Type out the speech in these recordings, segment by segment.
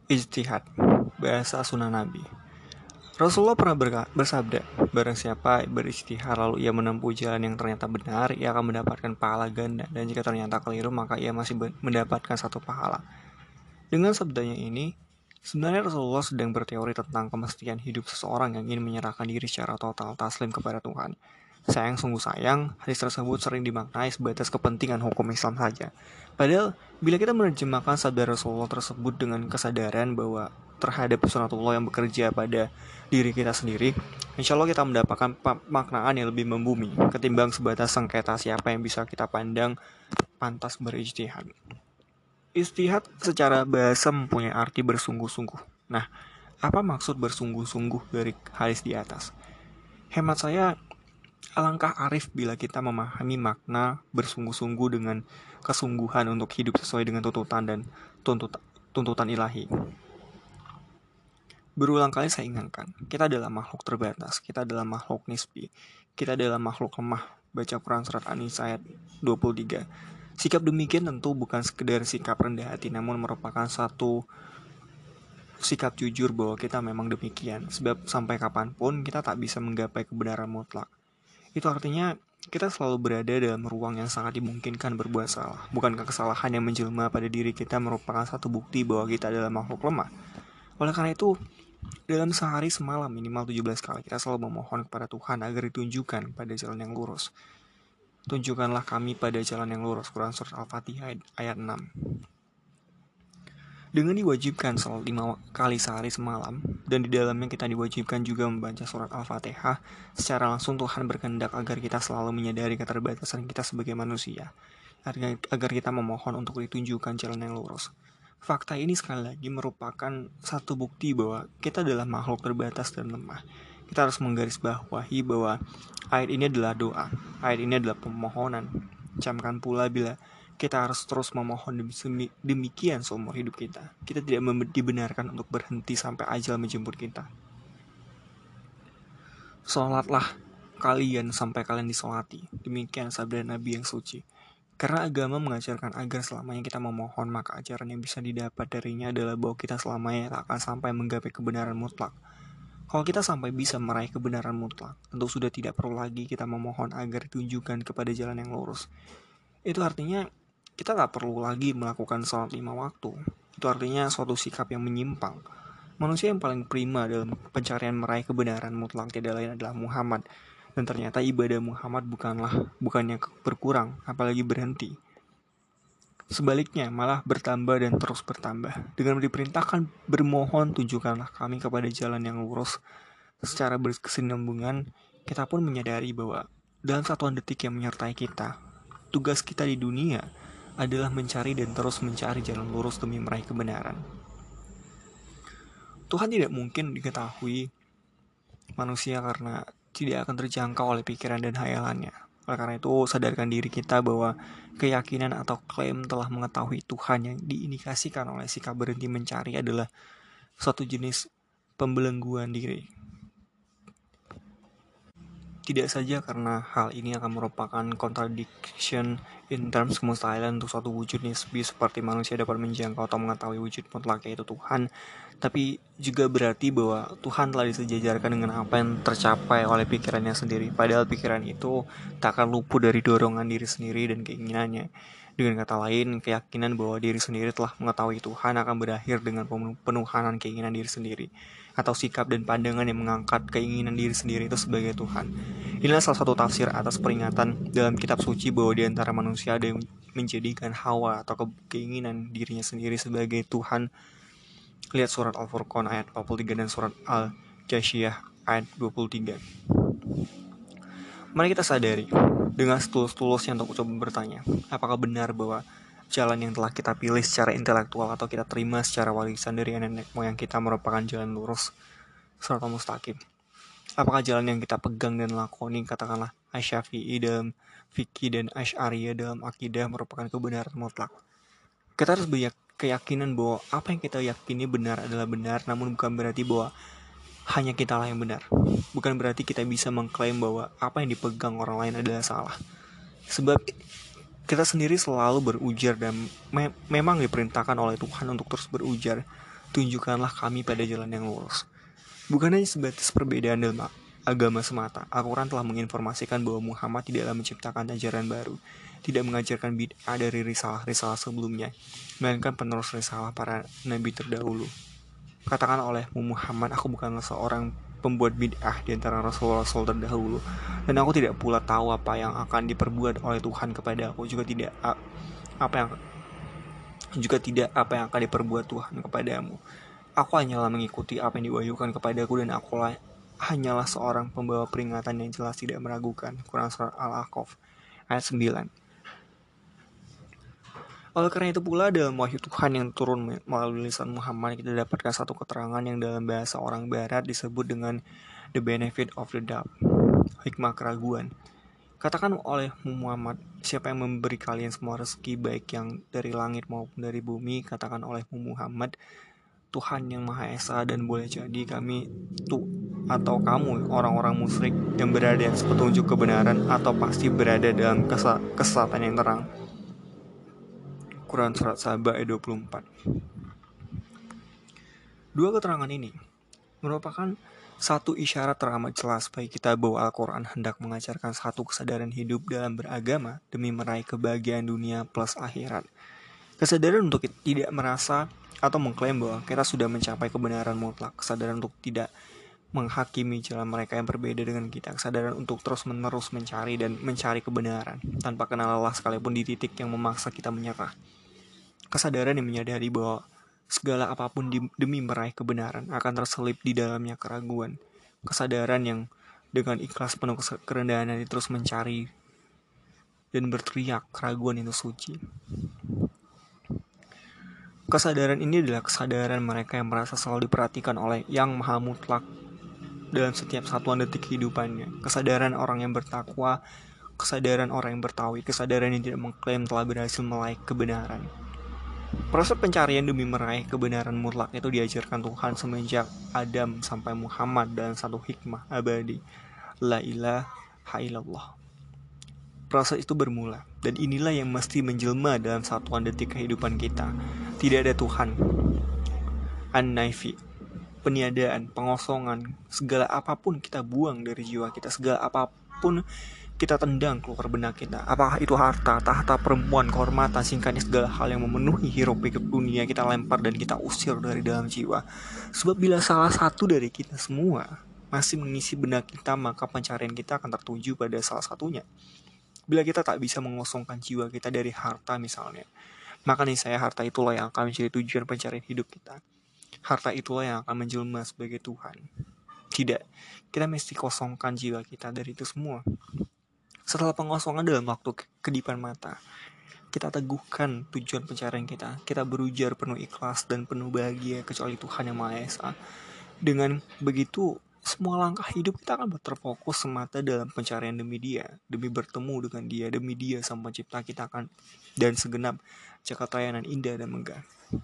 Ijtihad, bahasa sunnah Nabi. Rasulullah pernah bersabda, barang siapa berijtihad lalu ia menempuh jalan yang ternyata benar, ia akan mendapatkan pahala ganda, dan jika ternyata keliru maka ia masih mendapatkan satu pahala. Dengan sabdanya ini, sebenarnya Rasulullah sedang berteori tentang kemestian hidup seseorang yang ingin menyerahkan diri secara total taslim kepada Tuhan. Sayang sungguh sayang, hadis tersebut sering dimaknai sebatas kepentingan hukum Islam saja. Padahal, bila kita menerjemahkan sabda Rasulullah tersebut dengan kesadaran bahwa terhadap sunatullah yang bekerja pada diri kita sendiri, insya Allah kita mendapatkan maknaan yang lebih membumi ketimbang sebatas sengketa siapa yang bisa kita pandang pantas berijtihad. Ijtihad secara bahasa mempunyai arti bersungguh-sungguh. Nah, apa maksud bersungguh-sungguh dari hadis di atas? Hemat saya, alangkah arif bila kita memahami makna bersungguh-sungguh dengan kesungguhan untuk hidup sesuai dengan tuntutan dan tuntutan ilahi. Berulang kali saya ingatkan, kita adalah makhluk terbatas, kita adalah makhluk nisbi, kita adalah makhluk lemah. Baca Quran surat An-Nisa ayat 23. Sikap demikian tentu bukan sekedar sikap rendah hati, namun merupakan satu sikap jujur bahwa kita memang demikian. Sebab sampai kapanpun kita tak bisa menggapai kebenaran mutlak. Itu artinya kita selalu berada dalam ruang yang sangat dimungkinkan berbuat salah. Bukankah kesalahan yang menjelma pada diri kita merupakan satu bukti bahwa kita adalah makhluk lemah? Oleh karena itu, dalam sehari semalam minimal 17 kali kita selalu memohon kepada Tuhan agar ditunjukkan pada jalan yang lurus. Tunjukkanlah kami pada jalan yang lurus. Quran surat Al-Fatihah ayat 6. Dengan diwajibkan salat 5 kali sehari semalam, dan di dalamnya kita diwajibkan juga membaca surat Al-Fatihah, secara langsung Tuhan berkehendak agar kita selalu menyadari keterbatasan kita sebagai manusia, agar kita memohon untuk ditunjukkan jalan yang lurus. Fakta ini sekali lagi merupakan satu bukti bahwa kita adalah makhluk terbatas dan lemah. Kita harus menggarisbawahi bahwa ayat ini adalah doa, ayat ini adalah pemohonan. Camkan pula bila kita harus terus memohon demikian seumur hidup kita. Kita tidak dibenarkan untuk berhenti sampai ajal menjemput kita. Sholatlah kalian sampai kalian disolati. Demikian sabda Nabi yang suci. Karena agama mengajarkan agar selamanya kita memohon, maka ajaran yang bisa didapat darinya adalah bahwa kita selamanya tak akan sampai menggapai kebenaran mutlak. Kalau kita sampai bisa meraih kebenaran mutlak, tentu sudah tidak perlu lagi kita memohon agar ditunjukkan kepada jalan yang lurus. Itu artinya kita tak perlu lagi melakukan sholat 5 waktu. Itu artinya suatu sikap yang menyimpang. Manusia yang paling prima dalam pencarian meraih kebenaran mutlak tidak lain adalah Muhammad. Dan ternyata ibadah Muhammad bukannya berkurang, apalagi berhenti. Sebaliknya, malah bertambah dan terus bertambah. Dengan diperintahkan bermohon, tunjukkanlah kami kepada jalan yang lurus. Secara berkesinambungan, kita pun menyadari bahwa dalam satuan detik yang menyertai kita, tugas kita di dunia adalah mencari dan terus mencari jalan lurus demi meraih kebenaran. Tuhan tidak mungkin diketahui manusia karena tidak akan terjangkau oleh pikiran dan hayalannya. Oleh karena itu, sadarkan diri kita bahwa keyakinan atau klaim telah mengetahui Tuhan yang diindikasikan oleh sikap berhenti mencari adalah suatu jenis pembelengguan diri. Tidak saja karena hal ini akan merupakan contradiction in terms kemustahilan untuk suatu wujud nisbi seperti manusia dapat menjangkau atau mengetahui wujud mutlak yaitu Tuhan, tapi juga berarti bahwa Tuhan telah disejajarkan dengan apa yang tercapai oleh pikirannya sendiri, padahal pikiran itu tak akan luput dari dorongan diri sendiri dan keinginannya. Dengan kata lain, keyakinan bahwa diri sendiri telah mengetahui Tuhan akan berakhir dengan penuhanan keinginan diri sendiri, atau sikap dan pandangan yang mengangkat keinginan diri sendiri itu sebagai Tuhan. Inilah salah satu tafsir atas peringatan dalam kitab suci bahwa di antara manusia ada yang menjadikan hawa atau keinginan dirinya sendiri sebagai Tuhan. Lihat surat Al-Furqan ayat 43 dan surat Al-Jasyiyah ayat 23. Mari kita sadari dengan setulus-tulusnya untuk coba bertanya, apakah benar bahwa jalan yang telah kita pilih secara intelektual atau kita terima secara warisan dari nenek moyang kita merupakan jalan lurus, serta mustaqim? Apakah jalan yang kita pegang dan lakoni, katakanlah Asy-Syafi'i dalam fikih dan Asy'ariyah dalam akidah, merupakan kebenaran mutlak? Kita harus berkeyakinan bahwa apa yang kita yakini benar adalah benar, namun bukan berarti bahwa hanya kitalah yang benar. Bukan berarti kita bisa mengklaim bahwa apa yang dipegang orang lain adalah salah. Sebab kita sendiri selalu berujar dan memang diperintahkan oleh Tuhan untuk terus berujar. tunjukkanlah kami pada jalan yang lurus. Bukan hanya sebatas perbedaan dalam agama semata, Al-Quran telah menginformasikan bahwa Muhammad tidaklah menciptakan ajaran baru, tidak mengajarkan bid'ah dari risalah-risalah sebelumnya, melainkan penerus risalah para nabi terdahulu. Katakan olehmu Muhammad, aku bukanlah seorang pembuat bid'ah di antara rasul-rasul terdahulu, dan aku tidak pula tahu apa yang akan diperbuat oleh Tuhan kepada aku, juga tidak apa yang akan diperbuat Tuhan kepadamu. Aku hanyalah mengikuti apa yang diwahyukan kepadaku, dan aku hanyalah seorang pembawa peringatan yang jelas tidak meragukan. Quran Surat Al-Ahqaf ayat 9. Oleh karena itu pula, dalam wahyu Tuhan yang turun melalui lisan Muhammad, kita dapatkan satu keterangan yang dalam bahasa orang barat disebut dengan the benefit of the doubt, hikmah keraguan. Katakan oleh Muhammad, siapa yang memberi kalian semua rezeki, baik yang dari langit maupun dari bumi? Katakan oleh Muhammad, Tuhan yang Maha Esa, dan boleh jadi kami atau kamu orang-orang musyrik yang berada di atas petunjuk kebenaran, atau pasti berada dalam kesesatan yang terang. Quran Surat Saba ayat 24. Dua keterangan ini merupakan satu isyarat teramat jelas bagi kita bahwa Al-Quran hendak mengajarkan satu kesadaran hidup dalam beragama demi meraih kebahagiaan dunia plus akhirat. Kesadaran untuk tidak merasa atau mengklaim bahwa kita sudah mencapai kebenaran mutlak, kesadaran untuk tidak menghakimi jalan mereka yang berbeda dengan kita, kesadaran untuk terus-menerus mencari kebenaran tanpa kenal lelah sekalipun di titik yang memaksa kita menyerah. Kesadaran yang menyadari bahwa segala apapun demi meraih kebenaran akan terselip di dalamnya keraguan. Kesadaran yang dengan ikhlas penuh kerendahan hati terus mencari dan berteriak keraguan itu suci. Kesadaran ini adalah kesadaran mereka yang merasa selalu diperhatikan oleh Yang Maha Mutlak dalam setiap satuan detik kehidupannya. Kesadaran orang yang bertakwa, kesadaran orang yang bertauhid, kesadaran yang tidak mengklaim telah berhasil meraih kebenaran. Proses pencarian demi meraih kebenaran mutlak itu diajarkan Tuhan semenjak Adam sampai Muhammad dalam satu hikmah abadi, la ilaha illallah. Proses itu bermula, dan inilah yang mesti menjelma dalam satuan detik kehidupan kita. Tidak ada Tuhan. An-Naifi, peniadaan, pengosongan, segala apapun kita buang dari jiwa kita, segala apapun kita tendang keluar benak kita. Apakah itu harta, tahta, perempuan, kehormatan, singkatnya segala hal yang memenuhi hiruk pikuk dunia, kita lempar dan kita usir dari dalam jiwa. Sebab bila salah satu dari kita semua masih mengisi benak kita, maka pencarian kita akan tertuju pada salah satunya. Bila kita tak bisa mengosongkan jiwa kita dari harta misalnya, maka niscaya harta itulah yang akan menjadi tujuan pencarian hidup kita. Harta itulah yang akan menjelma sebagai Tuhan. Tidak, kita mesti kosongkan jiwa kita dari itu semua. Setelah pengosongan dalam waktu kedipan mata, kita teguhkan tujuan pencarian kita. Kita berujar penuh ikhlas dan penuh bahagia kecuali Tuhan yang Maha Esa. Dengan begitu, semua langkah hidup kita akan terfokus semata dalam pencarian demi Dia, demi bertemu dengan Dia, demi Dia Sang Pencipta kita akan dan segenap jagat raya indah dan megah.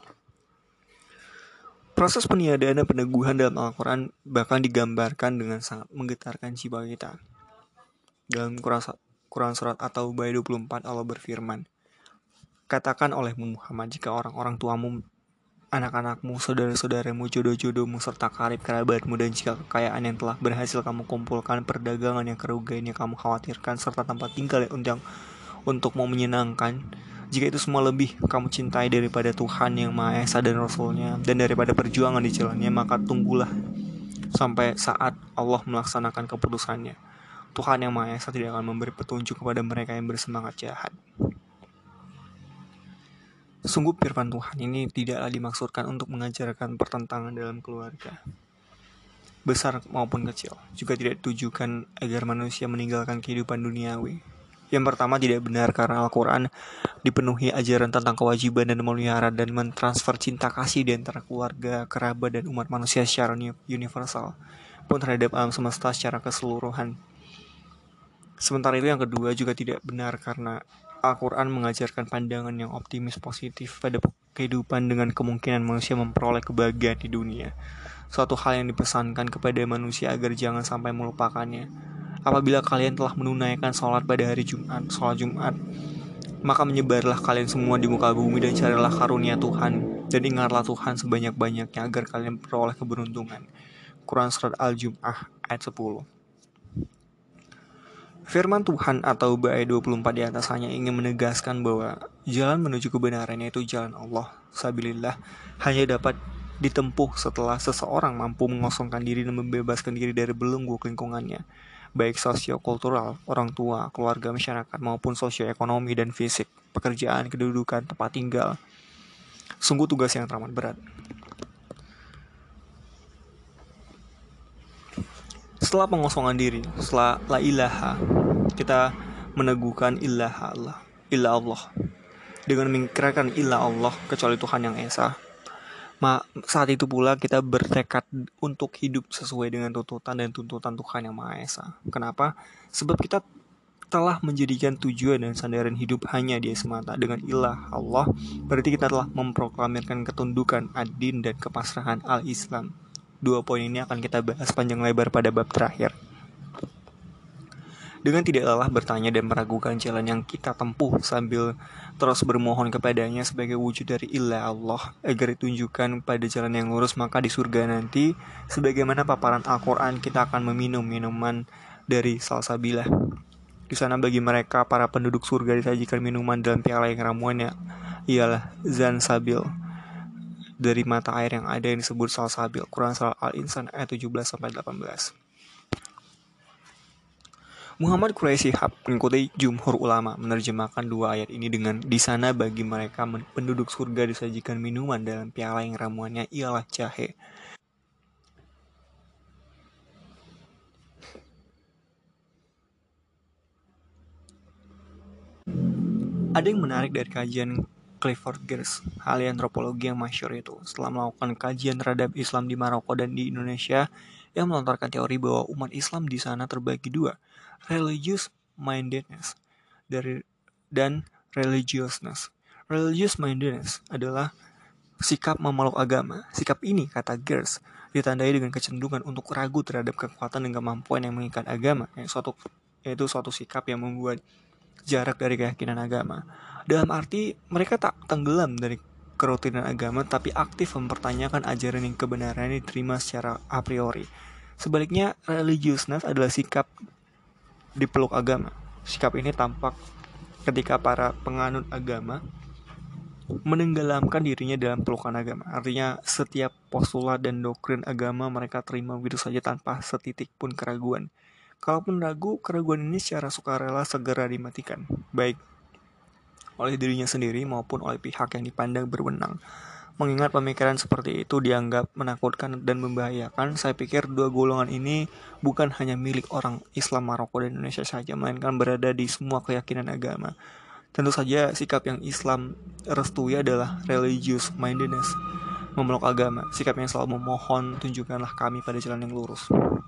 Proses peniadaan dan peneguhan dalam Al-Quran bahkan digambarkan dengan sangat menggetarkan jiwa kita. Dalam Quran Surat At-Taubah 24, Allah berfirman, katakan olehmu Muhammad, jika orang-orang tuamu, anak-anakmu, saudara-saudaramu, jodoh-jodohmu, serta karib kerabatmu, dan jika kekayaan yang telah berhasil kamu kumpulkan, perdagangan yang kerugian yang kamu khawatirkan, serta tempat tinggal yang untuk mau menyenangkan, jika itu semua lebih kamu cintai daripada Tuhan yang Maha Esa dan Rasulnya, dan daripada perjuangan di jalannya, maka tunggulah sampai saat Allah melaksanakan keputusannya. Tuhan yang Maha Esa tidak akan memberi petunjuk kepada mereka yang bersemangat jahat. Sungguh firman Tuhan ini tidaklah dimaksudkan untuk mengajarkan pertentangan dalam keluarga, besar maupun kecil. Juga tidak ditujukan agar manusia meninggalkan kehidupan duniawi. Yang pertama, tidak benar karena Al-Quran dipenuhi ajaran tentang kewajiban dan memelihara dan mentransfer cinta kasih di antara keluarga, kerabat, dan umat manusia secara universal, pun terhadap alam semesta secara keseluruhan. Sementara itu yang kedua juga tidak benar karena Al-Quran mengajarkan pandangan yang optimis positif pada kehidupan dengan kemungkinan manusia memperoleh kebahagiaan di dunia. Suatu hal yang dipesankan kepada manusia agar jangan sampai melupakannya. Apabila kalian telah menunaikan sholat pada hari Jumat, sholat Jumat, maka menyebarlah kalian semua di muka bumi dan carilah karunia Tuhan Dan ingatlah Tuhan sebanyak-banyaknya agar kalian peroleh keberuntungan. Quran Surat Al-Jum'ah ayat 10. Firman Tuhan atau ayat 24 di atasnya ingin menegaskan bahwa jalan menuju kebenaran yaitu jalan Allah, sabilillah, hanya dapat ditempuh setelah seseorang mampu mengosongkan diri dan membebaskan diri dari belenggu lingkungannya, baik sosiokultural, orang tua, keluarga, masyarakat, maupun sosioekonomi dan fisik, pekerjaan, kedudukan, tempat tinggal. Sungguh tugas yang teramat berat. Setelah pengosongan diri, setelah la ilaha, kita meneguhkan ilaha Allah, illa Allah. Dengan mengikirkan illa Allah, kecuali Tuhan yang esa. Saat itu pula kita bertekad untuk hidup sesuai dengan tuntutan dan tuntutan Tuhan yang Maha Esa. Kenapa? Sebab kita telah menjadikan tujuan dan sandaran hidup hanya Dia semata. Dengan ilah Allah, berarti kita telah memproklamirkan ketundukan ad-din dan kepasrahan al-Islam. 2 poin ini akan kita bahas panjang lebar pada bab terakhir. Dengan tidak lelah bertanya dan meragukan jalan yang kita tempuh sambil terus bermohon kepadanya sebagai wujud dari ilah Allah agar ditunjukkan pada jalan yang lurus, maka di surga nanti sebagaimana paparan Al-Quran kita akan meminum minuman dari salsabilah. Di sana bagi mereka para penduduk surga disajikan minuman dalam piala yang ramuannya ialah zansabil dari mata air yang ada yang disebut salsabil. Quran Surah Al-Insan ayat 17-18. Muhammad Quraisy Shihab, mengikuti jumhur ulama, menerjemahkan 2 ayat ini dengan di sana bagi mereka penduduk surga disajikan minuman dalam piala yang ramuannya ialah jahe. Ada yang menarik dari kajian Clifford Geertz, ahli antropologi yang masyhur itu, setelah melakukan kajian terhadap Islam di Maroko dan di Indonesia, yang melontarkan teori bahwa umat Islam di sana terbagi 2, religious mindedness dan religiousness. Religious mindedness adalah sikap memeluk agama. Sikap ini, kata Geertz, ditandai dengan kecenderungan untuk ragu terhadap kekuatan dan kemampuan yang mengikat agama, yaitu suatu sikap yang membuat jarak dari keyakinan agama. Dalam arti mereka tak tenggelam dari kerutinan agama, tapi aktif mempertanyakan ajaran yang kebenarannya diterima secara a priori. Sebaliknya, religiousness adalah sikap dipeluk agama. Sikap ini tampak ketika para penganut agama menenggelamkan dirinya dalam pelukan agama. Artinya setiap postulat dan doktrin agama mereka terima begitu saja tanpa setitik pun keraguan. Kalaupun ragu, keraguan ini secara sukarela segera dimatikan, baik oleh dirinya sendiri maupun oleh pihak yang dipandang berwenang. Mengingat pemikiran seperti itu dianggap menakutkan dan membahayakan, saya pikir 2 golongan ini bukan hanya milik orang Islam Maroko dan Indonesia saja, melainkan berada di semua keyakinan agama. Tentu saja sikap yang Islam restui adalah religious mindedness, memeluk agama, sikap yang selalu memohon tunjukkanlah kami pada jalan yang lurus.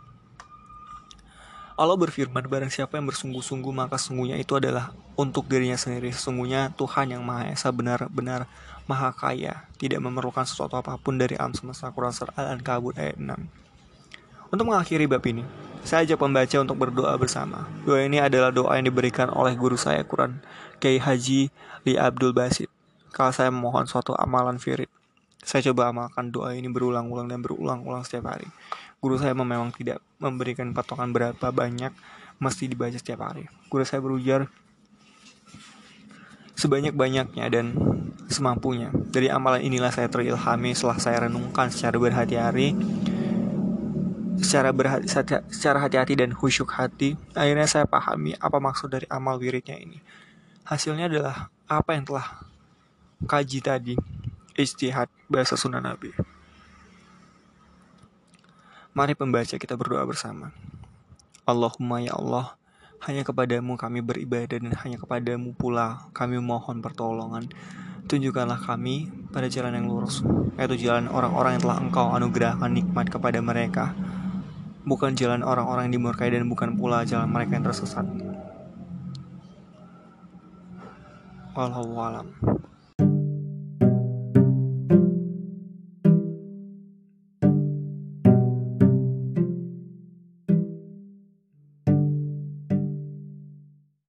Allah berfirman, barang siapa yang bersungguh-sungguh maka sungguhnya itu adalah untuk dirinya sendiri. Sesungguhnya Tuhan yang Maha Esa benar-benar Maha Kaya, tidak memerlukan sesuatu apapun dari alam semesta. Quran Surah Al-Ankabut ayat 6. Untuk mengakhiri bab ini, saya ajak pembaca untuk berdoa bersama. Doa ini adalah doa yang diberikan oleh guru saya Quran, Kiai Haji Li Abdul Basit. Kalau saya memohon suatu amalan firid, saya coba amalkan doa ini berulang-ulang dan berulang-ulang setiap hari. Guru saya memang tidak memberikan patokan berapa banyak mesti dibaca setiap hari. Guru saya berujar sebanyak-banyaknya dan semampunya. Dari amalan inilah saya terilhami setelah saya renungkan secara hati-hati dan khusyuk hati. Akhirnya saya pahami apa maksud dari amal wiridnya ini. Hasilnya adalah apa yang telah kaji tadi, ijtihad bahasa sunnah Nabi. Mari pembaca kita berdoa bersama. Allahumma ya Allah, hanya kepadamu kami beribadah dan hanya kepadamu pula kami mohon pertolongan. Tunjukkanlah kami pada jalan yang lurus, yaitu jalan orang-orang yang telah Engkau anugerahkan nikmat kepada mereka, bukan jalan orang-orang yang dimurkai dan bukan pula jalan mereka yang tersesat. Wallahu a'lam.